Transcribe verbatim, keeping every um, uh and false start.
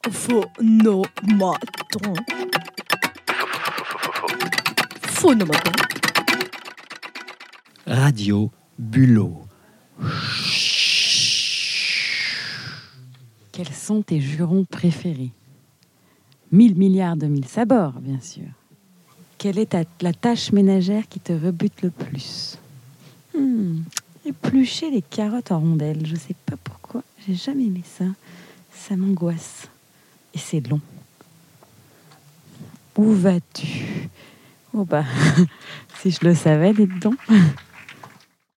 Phonomaton. Phonomaton. Radio Bulot. Quels sont tes jurons préférés? Mille milliards de mille sabords, bien sûr. Quelle est ta, la tâche ménagère qui te rebute le plus? hmm, Éplucher les carottes en rondelles. Je sais pas pourquoi. J'ai jamais aimé ça. Ça m'angoisse. Et c'est long. Où vas-tu? Oh bah, si je le savais, dis donc.